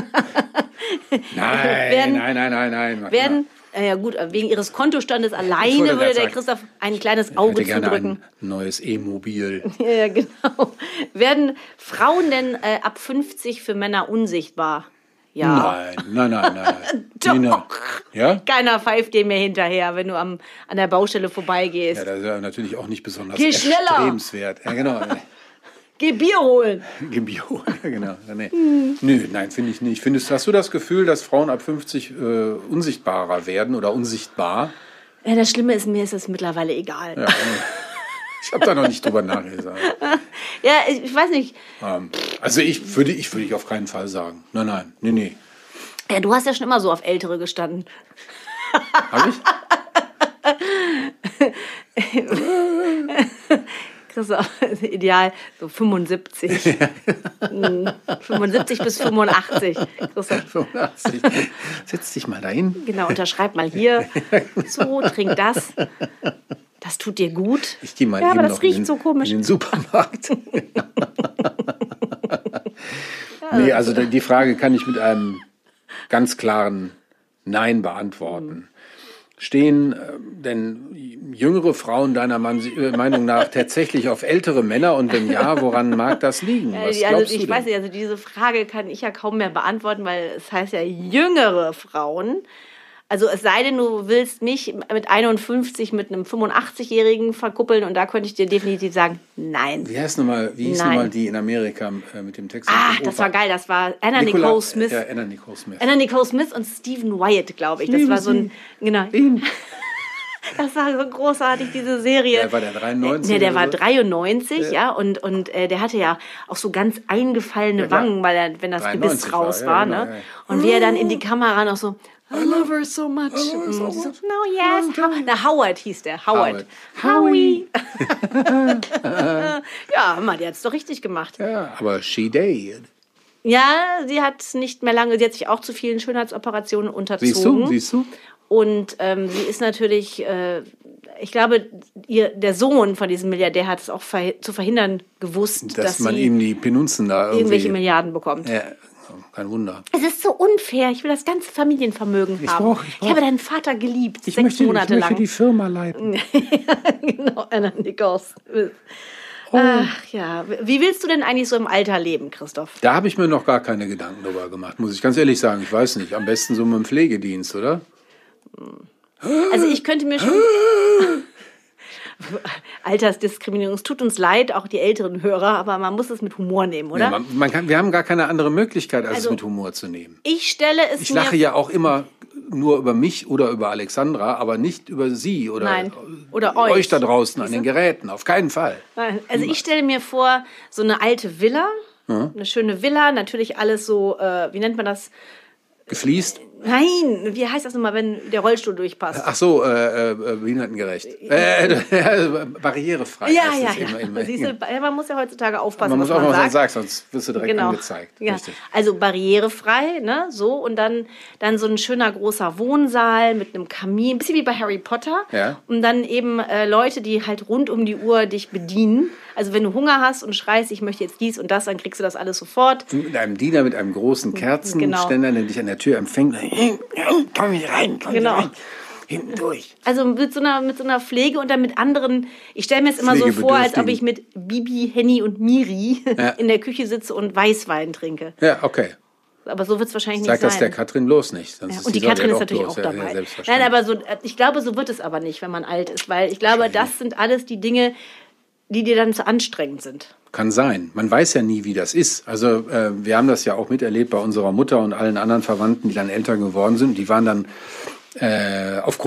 Nein.
Ja gut, wegen ihres Kontostandes alleine würde der Christoph ein kleines Auge zudrücken.
Ein neues E-Mobil.
Ja, genau. Werden Frauen denn ab 50 für Männer unsichtbar? Ja.
Nein.
Doch.
Ja?
Keiner pfeift dir mehr hinterher, wenn du an der Baustelle vorbeigehst.
Ja, das ist ja natürlich auch nicht besonders
Geh schneller.
erstrebenswert. Ja, genau.
Geh Bier holen.
Ja, genau. Nee. Nö, nein, finde ich nicht. Hast du das Gefühl, dass Frauen ab 50 unsichtbarer werden oder unsichtbar?
Ja, das Schlimme ist, mir ist es mittlerweile egal.
Ja, ich habe da noch nicht drüber nachgedacht.
Ja, ich weiß nicht.
Also ich würde auf keinen Fall sagen. Nein. Nee.
Ja, du hast ja schon immer so auf Ältere gestanden.
Habe ich?
Christoph, ideal, so 75. 75 bis 85. Christoph.
85. Setz dich mal dahin.
Genau, unterschreib mal hier. So, trink das. Das tut dir gut.
Ich gehe mal
ja,
eben
aber das
noch
riecht so komisch.
in den Supermarkt. Nee, also die Frage kann ich mit einem ganz klaren Nein beantworten. Stehen denn jüngere Frauen deiner Meinung nach tatsächlich auf ältere Männer? Und wenn ja, woran mag das liegen? Was glaubst du denn?
Weiß nicht, also diese Frage kann ich ja kaum mehr beantworten, weil es heißt ja jüngere Frauen. Also es sei denn, du willst mich mit 51 mit einem 85-Jährigen verkuppeln und da könnte ich dir definitiv sagen, nein.
Wie hieß nochmal die in Amerika mit dem Text?
Ach, das war geil, das war Anna Nicole Smith.
Ja, Anna Nicole Smith.
Anna Nicole Smith und Stephen Wyatt, glaube ich. Das war so ein, genau. Das war so großartig, diese Serie.
Ja, war der 93?
Ne, der war 93, ja. Und der hatte ja auch so ganz eingefallene Wangen, weil er, wenn das Gebiss raus war,
genau,
ne? Und wie er dann in die Kamera noch so, I love her so much. No, yes. Howard hieß der. Howard. Howie. Ja, Mann, die hat es doch richtig gemacht.
Ja, aber she did.
Ja, sie hat nicht mehr lange, sie hat sich auch zu vielen Schönheitsoperationen unterzogen.
Siehst du?
Und sie ist natürlich, ich glaube, der Sohn von diesem Milliardär hat es auch zu verhindern gewusst, dass
man ihm die Penunzen da
irgendwelche Milliarden bekommt.
Ja, kein Wunder.
Es ist so unfair. Ich will das ganze Familienvermögen haben. Ich habe deinen Vater geliebt, 6 Monate lang.
Ich möchte die Firma leiten.
Genau, Anna Nicole Smith. Ach ja, wie willst du denn eigentlich so im Alter leben, Christoph?
Da habe ich mir noch gar keine Gedanken drüber gemacht, muss ich ganz ehrlich sagen. Ich weiß nicht, am besten so mit dem Pflegedienst, oder?
Also ich könnte mir schon... Altersdiskriminierung, es tut uns leid, auch die älteren Hörer, aber man muss es mit Humor nehmen, oder?
Ja, wir haben gar keine andere Möglichkeit, als es mit Humor zu nehmen.
Ich
lache ja auch immer nur über mich oder über Alexandra, aber nicht über sie oder euch da draußen an den Geräten, auf keinen Fall.
Nein. Also ich stelle mir vor, so eine alte Villa, eine schöne Villa, natürlich alles so, wie nennt man das?
Gefliest?
Nein, wie heißt das nochmal, wenn der Rollstuhl durchpasst?
Ach so, behindertengerecht. Barrierefrei.
Ja. Siehst du, man muss ja heutzutage aufpassen,
man muss auch mal was sagt, sonst wirst du direkt angezeigt.
Ja. Also barrierefrei, ne, so und dann so ein schöner großer Wohnsaal mit einem Kamin, ein bisschen wie bei Harry Potter.
Ja.
Und dann eben Leute, die halt rund um die Uhr dich bedienen. Also wenn du Hunger hast und schreist, ich möchte jetzt dies und das, dann kriegst du das alles sofort.
Mit einem Diener mit einem großen Kerzenständer, der dich an der Tür empfängt. Komm hier rein, hinten durch.
Also mit so einer Pflege und dann mit anderen, ich stelle mir es immer so vor, als ob ich mit Bibi, Henny und Miri in der Küche sitze und Weißwein trinke.
Ja, okay.
Aber so wird es wahrscheinlich nicht sein.
Sag das der Katrin bloß nicht.
Ja, und die Katrin ist natürlich auch dabei. Nein, aber ich glaube, so wird es aber nicht, wenn man alt ist, weil ich glaube, das sind alles die Dinge, die dir dann zu anstrengend sind.
Kann sein. Man weiß ja nie, wie das ist. Also wir haben das ja auch miterlebt bei unserer Mutter und allen anderen Verwandten, die dann älter geworden sind. Die waren dann aufgrund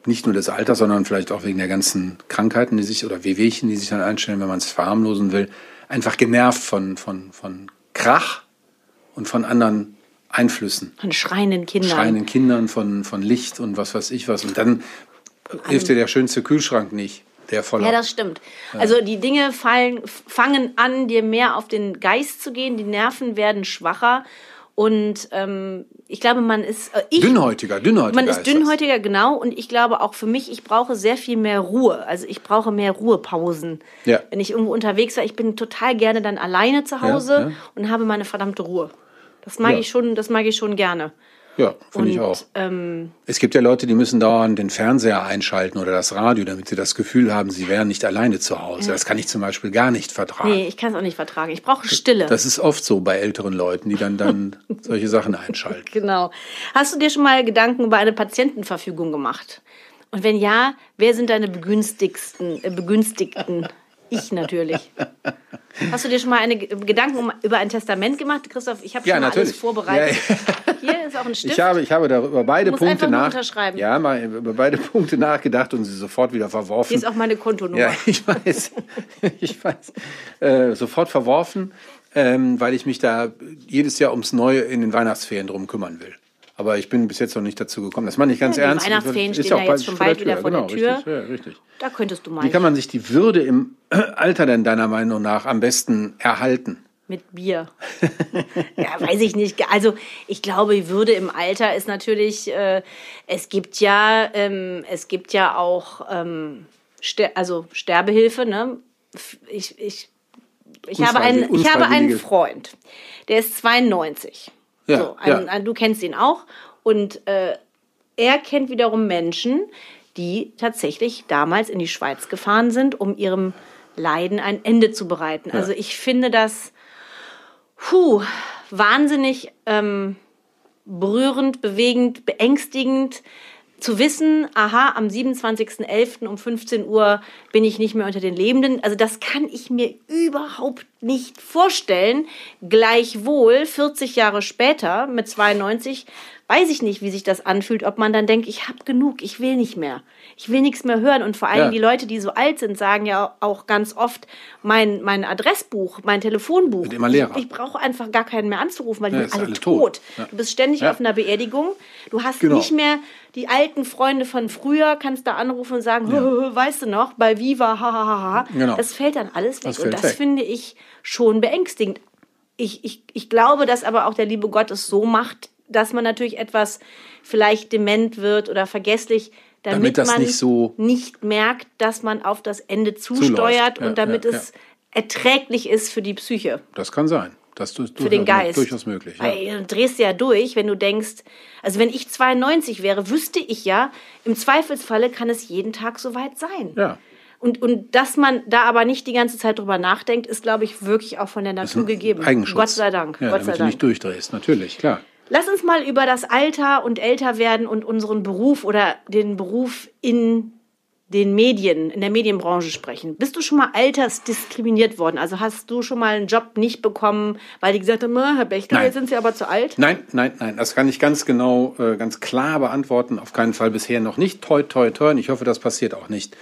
nicht nur des Alters, sondern vielleicht auch wegen der ganzen Krankheiten, oder Wehwehchen, die sich dann einstellen, wenn man es verharmlosen will, einfach genervt von Krach und von anderen Einflüssen.
Von schreienden Kindern.
Von Licht und was weiß ich was. Und dann hilft dir der schönste Kühlschrank nicht, der voller...
Ja, das stimmt. Also die Dinge fangen an, dir mehr auf den Geist zu gehen. Die Nerven werden schwacher. Und ich glaube, man ist...
Dünnhäutiger.
Man ist dünnhäutiger, genau. Und ich glaube auch für mich, ich brauche sehr viel mehr Ruhe. Also ich brauche mehr Ruhepausen.
Ja.
Wenn ich irgendwo unterwegs war, ich bin total gerne dann alleine zu Hause und habe meine verdammte Ruhe. Das mag ich schon gerne.
Ja, finde ich auch. Es gibt ja Leute, die müssen dauernd den Fernseher einschalten oder das Radio, damit sie das Gefühl haben, sie wären nicht alleine zu Hause. Ja. Das kann ich zum Beispiel gar nicht vertragen.
Nee, ich kann es auch nicht vertragen. Ich brauche Stille.
Das ist oft so bei älteren Leuten, die dann solche Sachen einschalten.
Genau. Hast du dir schon mal Gedanken über eine Patientenverfügung gemacht? Und wenn ja, wer sind deine Begünstigten? Ich natürlich. Hast du dir schon mal Gedanken über ein Testament gemacht, Christoph? Ich habe schon mal alles vorbereitet. Ja. Hier ist auch ein Stift.
Ich habe da über beide Punkte
unterschreiben.
Ja, mal über beide Punkte nachgedacht und sie sofort wieder verworfen.
Hier ist auch meine Kontonummer.
Ja, ich weiß. Sofort verworfen, weil ich mich da jedes Jahr ums Neue in den Weihnachtsferien drum kümmern will. Aber ich bin bis jetzt noch nicht dazu gekommen. Das meine ich ganz ernst.
Die Weihnachtsferien stehen ja jetzt schon bald wieder vor der Tür.
Richtig, ja, richtig.
Da könntest du mal.
Wie kann man sich die Würde im Alter denn deiner Meinung nach am besten erhalten?
Mit Bier. Ja, weiß ich nicht. Also ich glaube, die Würde im Alter ist natürlich, es gibt ja auch Sterbehilfe. Ne? Ich habe einen Freund, der ist 92.
Ja,
so, du kennst ihn auch. Und er kennt wiederum Menschen, die tatsächlich damals in die Schweiz gefahren sind, um ihrem Leiden ein Ende zu bereiten. Ja. Also ich finde das wahnsinnig berührend, bewegend, beängstigend, zu wissen, aha, am 27.11. um 15 Uhr bin ich nicht mehr unter den Lebenden. Also das kann ich mir überhaupt nicht vorstellen. Gleichwohl, 40 Jahre später, mit 92, weiß ich nicht, wie sich das anfühlt, ob man dann denkt, ich habe genug, ich will nicht mehr. Ich will nichts mehr hören. Und vor allem die Leute, die so alt sind, sagen ja auch ganz oft, mein Adressbuch, mein Telefonbuch,
wird immer leerer.
Ich brauche einfach gar keinen mehr anzurufen, weil die sind alle tot. Ja. Du bist ständig auf einer Beerdigung. Du hast nicht mehr die alten Freunde von früher, kannst da anrufen und sagen, weißt du noch, bei Viva, hahaha. Genau. Das fällt dann alles weg. Und das finde ich schon beängstigend. Ich glaube, dass aber auch der liebe Gott es so macht, dass man natürlich etwas vielleicht dement wird oder vergesslich, damit man nicht merkt, dass man auf das Ende zusteuert und damit es erträglich ist für die Psyche.
Das kann sein. Das ist
für den Geist.
Durchaus möglich. Ja.
Weil du drehst ja durch, wenn du denkst, also wenn ich 92 wäre, wüsste ich ja, im Zweifelsfalle kann es jeden Tag soweit sein.
Ja.
Und dass man da aber nicht die ganze Zeit drüber nachdenkt, ist, glaube ich, wirklich auch von der Natur gegeben.
Eigenschutz.
Gott sei Dank.
Ja,
Gott sei
damit du nicht durchdrehst, natürlich, klar.
Lass uns mal über das Alter und Älterwerden und unseren Beruf oder den Beruf in den Medien, in der Medienbranche sprechen. Bist du schon mal altersdiskriminiert worden? Also hast du schon mal einen Job nicht bekommen, weil die gesagt haben, Herr Bechtel, jetzt sind Sie aber zu alt?
Nein. Das kann ich ganz genau, ganz klar beantworten. Auf keinen Fall bisher noch nicht. Toi, toi, toi. Und ich hoffe, das passiert auch nicht.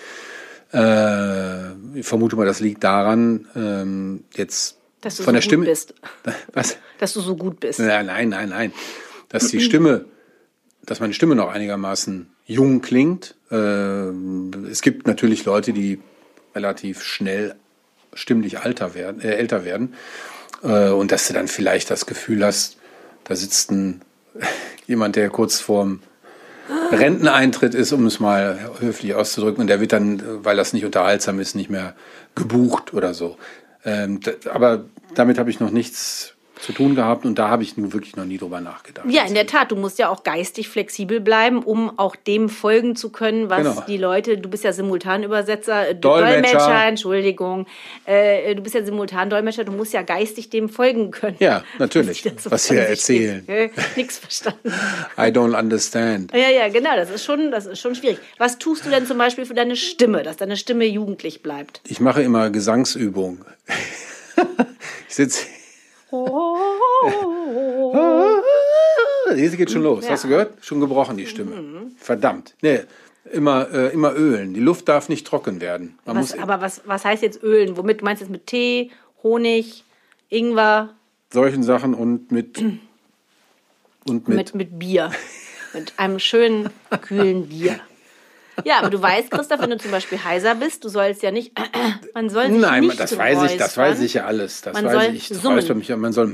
Ich vermute mal, das liegt daran, jetzt
dass du
von der
so
Stimme.
Gut bist.
Was?
Dass du so gut bist.
Nein. Dass meine Stimme noch einigermaßen jung klingt. Es gibt natürlich Leute, die relativ schnell stimmlich älter werden. Und dass du dann vielleicht das Gefühl hast, da sitzt jemand, der kurz vorm Renteneintritt ist, um es mal höflich auszudrücken. Und der wird dann, weil das nicht unterhaltsam ist, nicht mehr gebucht oder so. Aber damit habe ich noch nichts zu tun gehabt und da habe ich nun wirklich noch nie drüber nachgedacht.
Ja, in der Tat, du musst ja auch geistig flexibel bleiben, um auch dem folgen zu können, was die Leute, du bist ja Simultanübersetzer, Dolmetscher, Entschuldigung, du bist ja Simultandolmetscher, du musst ja geistig dem folgen können.
Ja, natürlich, was sie erzählen.
Nichts verstanden.
I don't understand.
Ja, genau, das ist schon schwierig. Was tust du denn zum Beispiel für deine Stimme, dass deine Stimme jugendlich bleibt?
Ich mache immer Gesangsübungen. Ich sitze... Jetzt geht schon los. Hast du gehört? Schon gebrochen, die Stimme. Verdammt. Nee, Immer ölen. Die Luft darf nicht trocken werden.
Was heißt jetzt ölen? Womit? Du meinst jetzt mit Tee, Honig, Ingwer?
Solchen Sachen und mit
Bier. Mit einem schönen, kühlen Bier. Ja, aber du weißt, Christoph, wenn du zum Beispiel heiser bist, du sollst ja nicht, man soll sich
Nein,
nicht
das weiß ich ja alles. Das weiß ich. Das weiß mich. Man soll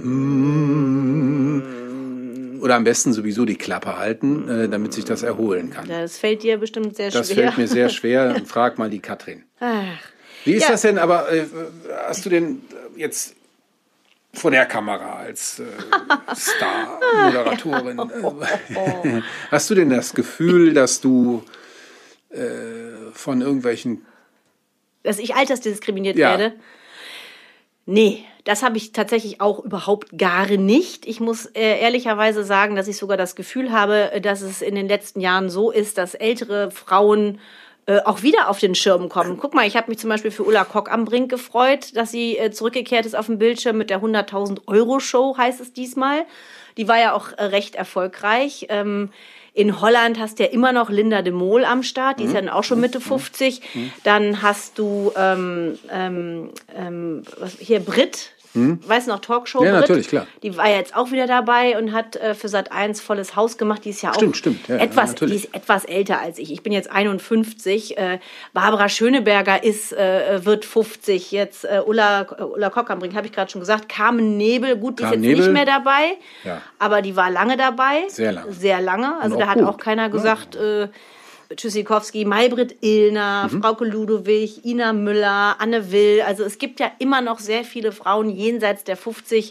oder am besten sowieso die Klappe halten, damit sich das erholen kann.
Das fällt dir bestimmt sehr schwer.
Das fällt mir sehr schwer. Frag mal die Katrin.
Ach.
Wie ist das denn, aber hast du denn jetzt vor der Kamera als Star-Moderatorin, hast du denn das Gefühl, dass du von irgendwelchen...
Dass ich altersdiskriminiert werde? Nee, das habe ich tatsächlich auch überhaupt gar nicht. Ich muss ehrlicherweise sagen, dass ich sogar das Gefühl habe, dass es in den letzten Jahren so ist, dass ältere Frauen auch wieder auf den Schirm kommen. Guck mal, ich habe mich zum Beispiel für Ulla Kock am Brink gefreut, dass sie zurückgekehrt ist auf dem Bildschirm mit der 100.000-Euro-Show, heißt es diesmal. Die war ja auch recht erfolgreich. In Holland hast du ja immer noch Linda de Mol am Start, die ist ja dann auch schon Mitte 50. Dann hast du hier Brit, weißt du noch, Talkshow
Ja,
Brit?
natürlich, klar.
Die war ja jetzt auch wieder dabei und hat für Sat.1 volles Haus gemacht. Die ist ja auch
Stimmt. Ja,
die ist etwas älter als ich. Ich bin jetzt 51. Barbara Schöneberger wird 50. Jetzt Ulla Kock am Brink, habe ich gerade schon gesagt. Carmen Nebel, gut, die ist jetzt nicht mehr dabei.
Ja.
Aber die war lange dabei.
Sehr lange.
Sehr lange. Also
Und
da hat
gut.
auch keiner gesagt... Tschüssikowski, Maybrit Illner, Frauke Ludowig, Ina Müller, Anne Will. Also es gibt ja immer noch sehr viele Frauen jenseits der 50,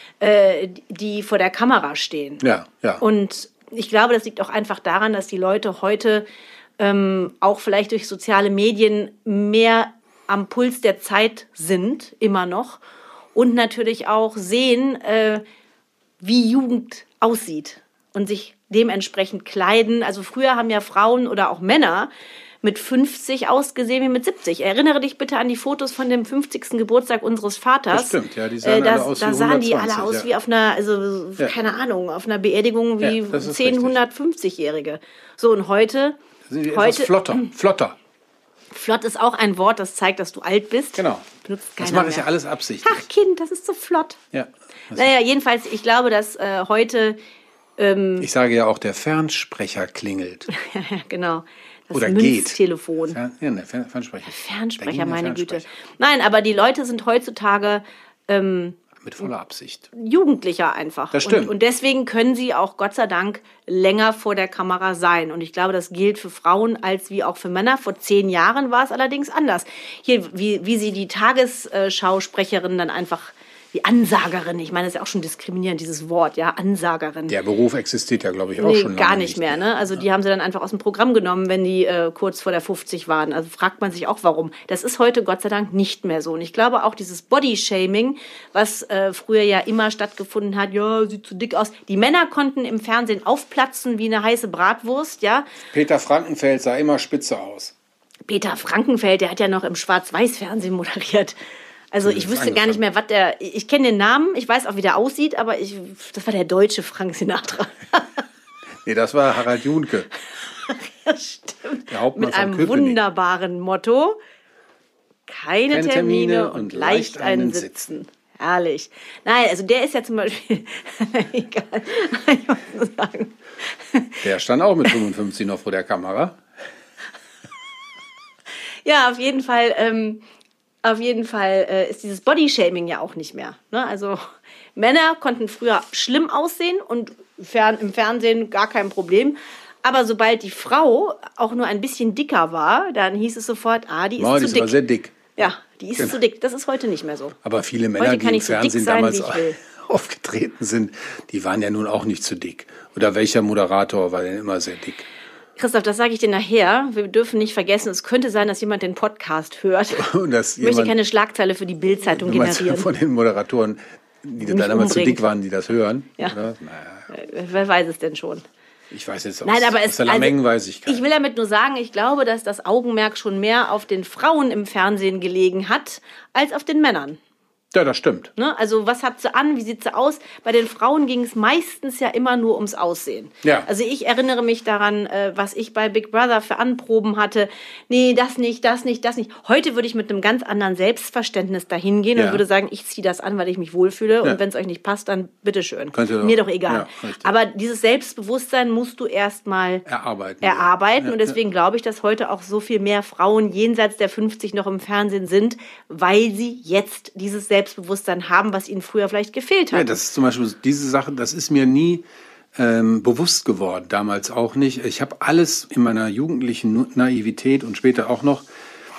die vor der Kamera stehen.
Ja.
Und ich glaube, das liegt auch einfach daran, dass die Leute heute auch vielleicht durch soziale Medien mehr am Puls der Zeit sind, immer noch. Und natürlich auch sehen, wie Jugend aussieht und sich dementsprechend kleiden. Also früher haben ja Frauen oder auch Männer mit 50 ausgesehen wie mit 70. Erinnere dich bitte an die Fotos von dem 50. Geburtstag unseres Vaters.
Das stimmt, ja, die sahen alle aus wie 120.
Da sahen die alle aus wie auf einer, keine Ahnung, auf einer Beerdigung wie 10, 150-Jährige. So, und heute...
Sind die etwas flotter.
Flott ist auch ein Wort, das zeigt, dass du alt bist.
Genau. Das mache ich ja alles absichtlich.
Ach Kind, das ist so flott.
Ja.
Naja, jedenfalls, ich glaube, dass heute...
ich sage ja auch, der Fernsprecher klingelt.
Genau. Das
Oder
Münztelefon.
Fernsprecher.
Meine Güte. Nein, aber die Leute sind heutzutage
mit voller Absicht.
Jugendlicher einfach.
Das stimmt.
Und deswegen können sie auch Gott sei Dank länger vor der Kamera sein. Und ich glaube, das gilt für Frauen als wie auch für Männer. Vor 10 Jahren war es allerdings anders. Hier, wie sie die Tagesschausprecherin dann einfach... Die Ansagerin, ich meine, das ist ja auch schon diskriminierend, dieses Wort, ja, Ansagerin.
Der Beruf existiert ja, glaube ich, auch schon lange
gar nicht mehr, ne? Also die haben sie dann einfach aus dem Programm genommen, wenn die kurz vor der 50 waren. Also fragt man sich auch, warum. Das ist heute Gott sei Dank nicht mehr so. Und ich glaube auch dieses Bodyshaming, was früher ja immer stattgefunden hat, ja, sieht zu dick aus. Die Männer konnten im Fernsehen aufplatzen wie eine heiße Bratwurst, ja.
Peter Frankenfeld sah immer spitze aus.
Peter Frankenfeld, der hat ja noch im Schwarz-Weiß-Fernsehen moderiert. Also ich wüsste gar nicht mehr, was der... Ich kenne den Namen, ich weiß auch, wie der aussieht, aber das war der deutsche Frank Sinatra.
Nee, das war Harald Junke.
Ja, stimmt.
Der Hauptmann
mit einem wunderbaren Motto. Keine Termine und leicht einen Sitzen. Herrlich. Nein, also der ist ja zum Beispiel... Egal, ich muss nur sagen.
Der stand auch mit 55 noch vor der Kamera.
Ja, auf jeden Fall... ist dieses Bodyshaming ja auch nicht mehr. Ne? Also Männer konnten früher schlimm aussehen und im Fernsehen gar kein Problem. Aber sobald die Frau auch nur ein bisschen dicker war, dann hieß es sofort, die ist zu dick. Die
war sehr dick.
Ja, die ist zu dick. Das ist heute nicht mehr so.
Aber viele Männer, die im Fernsehen damals aufgetreten sind, die waren ja nun auch nicht zu dick. Oder welcher Moderator war denn immer sehr dick?
Christoph, das sage ich dir nachher. Wir dürfen nicht vergessen, es könnte sein, dass jemand den Podcast hört.
Und
ich möchte keine Schlagzeile für die Bild-Zeitung generieren.
Von den Moderatoren, die damals zu dick waren, die das hören?
Ja.
Oder? Naja.
Wer weiß es denn schon?
Ich weiß jetzt
aus
der Lameng weiß ich gar nicht.
Ich will damit nur sagen, ich glaube, dass das Augenmerk schon mehr auf den Frauen im Fernsehen gelegen hat, als auf den Männern.
Ja, das stimmt.
Ne? Also was hat sie an, wie sieht sie aus? Bei den Frauen ging es meistens ja immer nur ums Aussehen.
Ja.
Also ich erinnere mich daran, was ich bei Big Brother für Anproben hatte. Nee, das nicht, das nicht, das nicht. Heute würde ich mit einem ganz anderen Selbstverständnis dahin gehen und würde sagen, ich ziehe das an, weil ich mich wohlfühle. Und wenn es euch nicht passt, dann bitteschön. Mir doch egal. Ja, aber dieses Selbstbewusstsein musst du erst mal erarbeiten. Und deswegen glaube ich, dass heute auch so viel mehr Frauen jenseits der 50 noch im Fernsehen sind, weil sie jetzt dieses Selbstbewusstsein haben, was ihnen früher vielleicht gefehlt hat.
Ja, das ist zum Beispiel diese Sache, das ist mir nie bewusst geworden, damals auch nicht. Ich habe alles in meiner jugendlichen Naivität und später auch noch,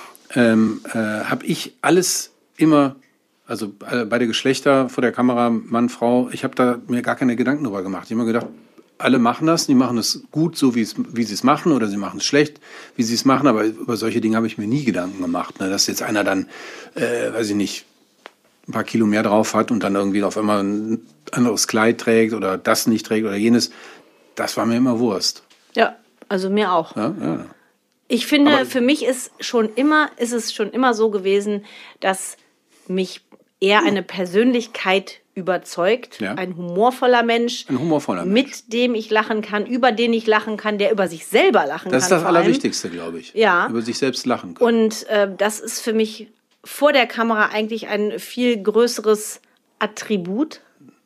habe ich alles immer, also beide Geschlechter vor der Kamera, Mann, Frau, ich habe da mir gar keine Gedanken drüber gemacht. Ich habe immer gedacht, alle machen das, die machen es gut, so wie sie es machen, oder sie machen es schlecht, wie sie es machen, aber über solche Dinge habe ich mir nie Gedanken gemacht. Ne? Dass jetzt einer dann, weiß ich nicht, ein paar Kilo mehr drauf hat und dann irgendwie auf einmal ein anderes Kleid trägt oder das nicht trägt oder jenes, das war mir immer Wurst.
Ja, also mir auch.
Ja.
Ich finde, für mich ist es schon immer so gewesen, dass mich eher eine Persönlichkeit überzeugt, ein humorvoller Mensch, mit dem ich lachen kann, über den ich lachen kann, der über sich selber lachen kann.
Das ist das Allerwichtigste, glaube ich.
Ja.
Über sich selbst lachen kann.
Und das ist für mich vor der Kamera eigentlich ein viel größeres Attribut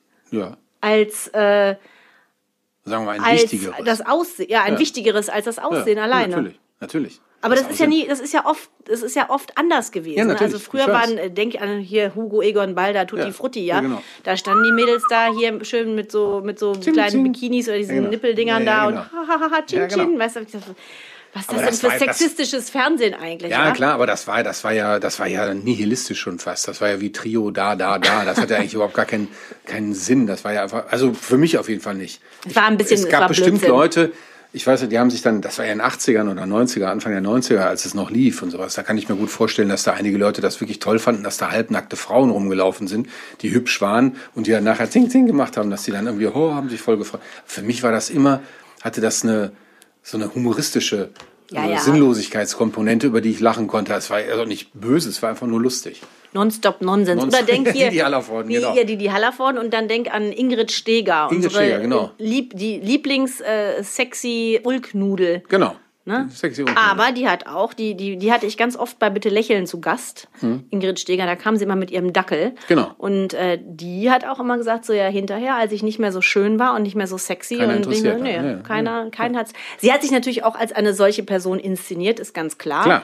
als
sagen wir mal ein wichtigeres.
Das Aussehen, ein wichtigeres als das Aussehen alleine.
Natürlich.
Aber das ist ja oft anders gewesen.
Ja, natürlich.
Also früher denk ich an hier Hugo Egon Balder, Tutti Frutti, ja. Genau. Da standen die Mädels da hier schön mit so kleinen Bikinis oder diesen Nippeldingern da und Chin Chin. Weißt du, was ist das denn für sexistisches Fernsehen eigentlich?
Ja, klar, aber das war ja nihilistisch schon fast. Das war ja wie Trio, da. Das hatte eigentlich überhaupt gar keinen Sinn. Das war ja einfach, also für mich auf jeden Fall nicht. Es gab bestimmt Leute, ich weiß nicht, die haben sich dann, das war ja in den 80ern oder 90er, Anfang der 90er, als es noch lief und sowas, da kann ich mir gut vorstellen, dass da einige Leute das wirklich toll fanden, dass da halbnackte Frauen rumgelaufen sind, die hübsch waren und die dann nachher Zing Zing gemacht haben, dass die dann irgendwie, haben sich voll gefreut. Für mich war das immer, hatte das so eine humoristische Sinnlosigkeitskomponente, über die ich lachen konnte. Es war also nicht böse, es war einfach nur lustig.
Nonstop-Nonsens. Oder denk hier,
die Hallervorden, genau.
Die Hallervorden, und dann denk an Ingrid Steeger.
Genau.
Die Lieblings-sexy Ulknudel.
Genau.
Ne? Aber die hat auch, die hatte ich ganz oft bei Bitte Lächeln zu Gast. Ingrid Steeger, da kam sie immer mit ihrem Dackel.
Genau.
Und die hat auch immer gesagt, so hinterher, als ich nicht mehr so schön war und nicht mehr so sexy. Keiner hat's. Sie hat sich natürlich auch als eine solche Person inszeniert, ist ganz klar.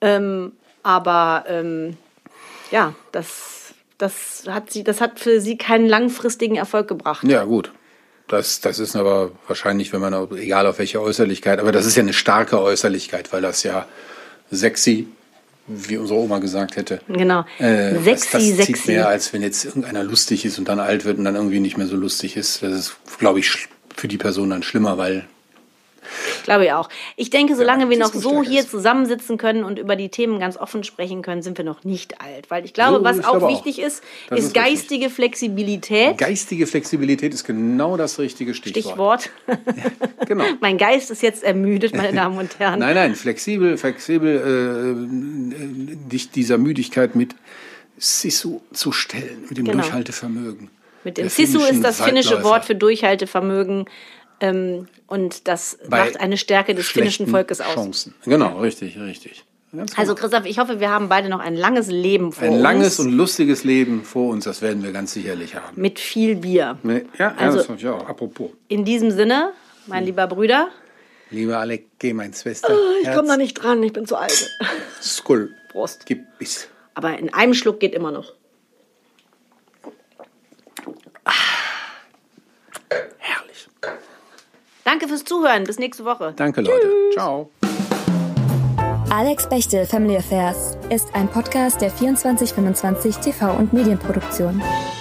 Das hat für sie keinen langfristigen Erfolg gebracht.
Ja, gut. Das ist aber wahrscheinlich, wenn man, egal auf welche Äußerlichkeit, aber das ist ja eine starke Äußerlichkeit, weil das ja sexy, wie unsere Oma gesagt hätte.
Genau.
Das zieht mehr, als wenn jetzt irgendeiner lustig ist und dann alt wird und dann irgendwie nicht mehr so lustig ist. Das ist, glaube ich, für die Person dann schlimmer, weil...
Glaube ich auch. Ich denke, solange wir noch so hier zusammensitzen können und über die Themen ganz offen sprechen können, sind wir noch nicht alt. Weil ich glaube, was auch wichtig ist geistige Flexibilität.
Geistige Flexibilität ist genau das richtige Stichwort.
Ja, genau. Mein Geist ist jetzt ermüdet, meine Damen und Herren.
Nein, flexibel, dich dieser Müdigkeit mit Sisu zu stellen, mit dem Durchhaltevermögen.
Mit dem Sisu ist das finnische Wort für Durchhaltevermögen. Und das macht eine Stärke des finnischen Volkes aus.
Chancen. Genau, richtig.
Also Christoph, ich hoffe, wir haben beide noch ein langes Leben vor uns.
Ein langes und lustiges Leben vor uns, das werden wir ganz sicherlich haben.
Mit viel Bier.
Ja, also, das hoffe ich auch. Apropos.
In diesem Sinne, mein lieber Brüder.
Lieber Alec, geh mein Schwester.
Ich komme da nicht dran, ich bin zu alt.
Skål.
Prost.
Gib bis.
Aber in einem Schluck geht immer noch.
Herrlich.
Danke fürs Zuhören. Bis nächste Woche.
Danke, Leute. Tschüss. Ciao.
Alex Bechtel Family Affairs ist ein Podcast der 24/25 TV- und Medienproduktion.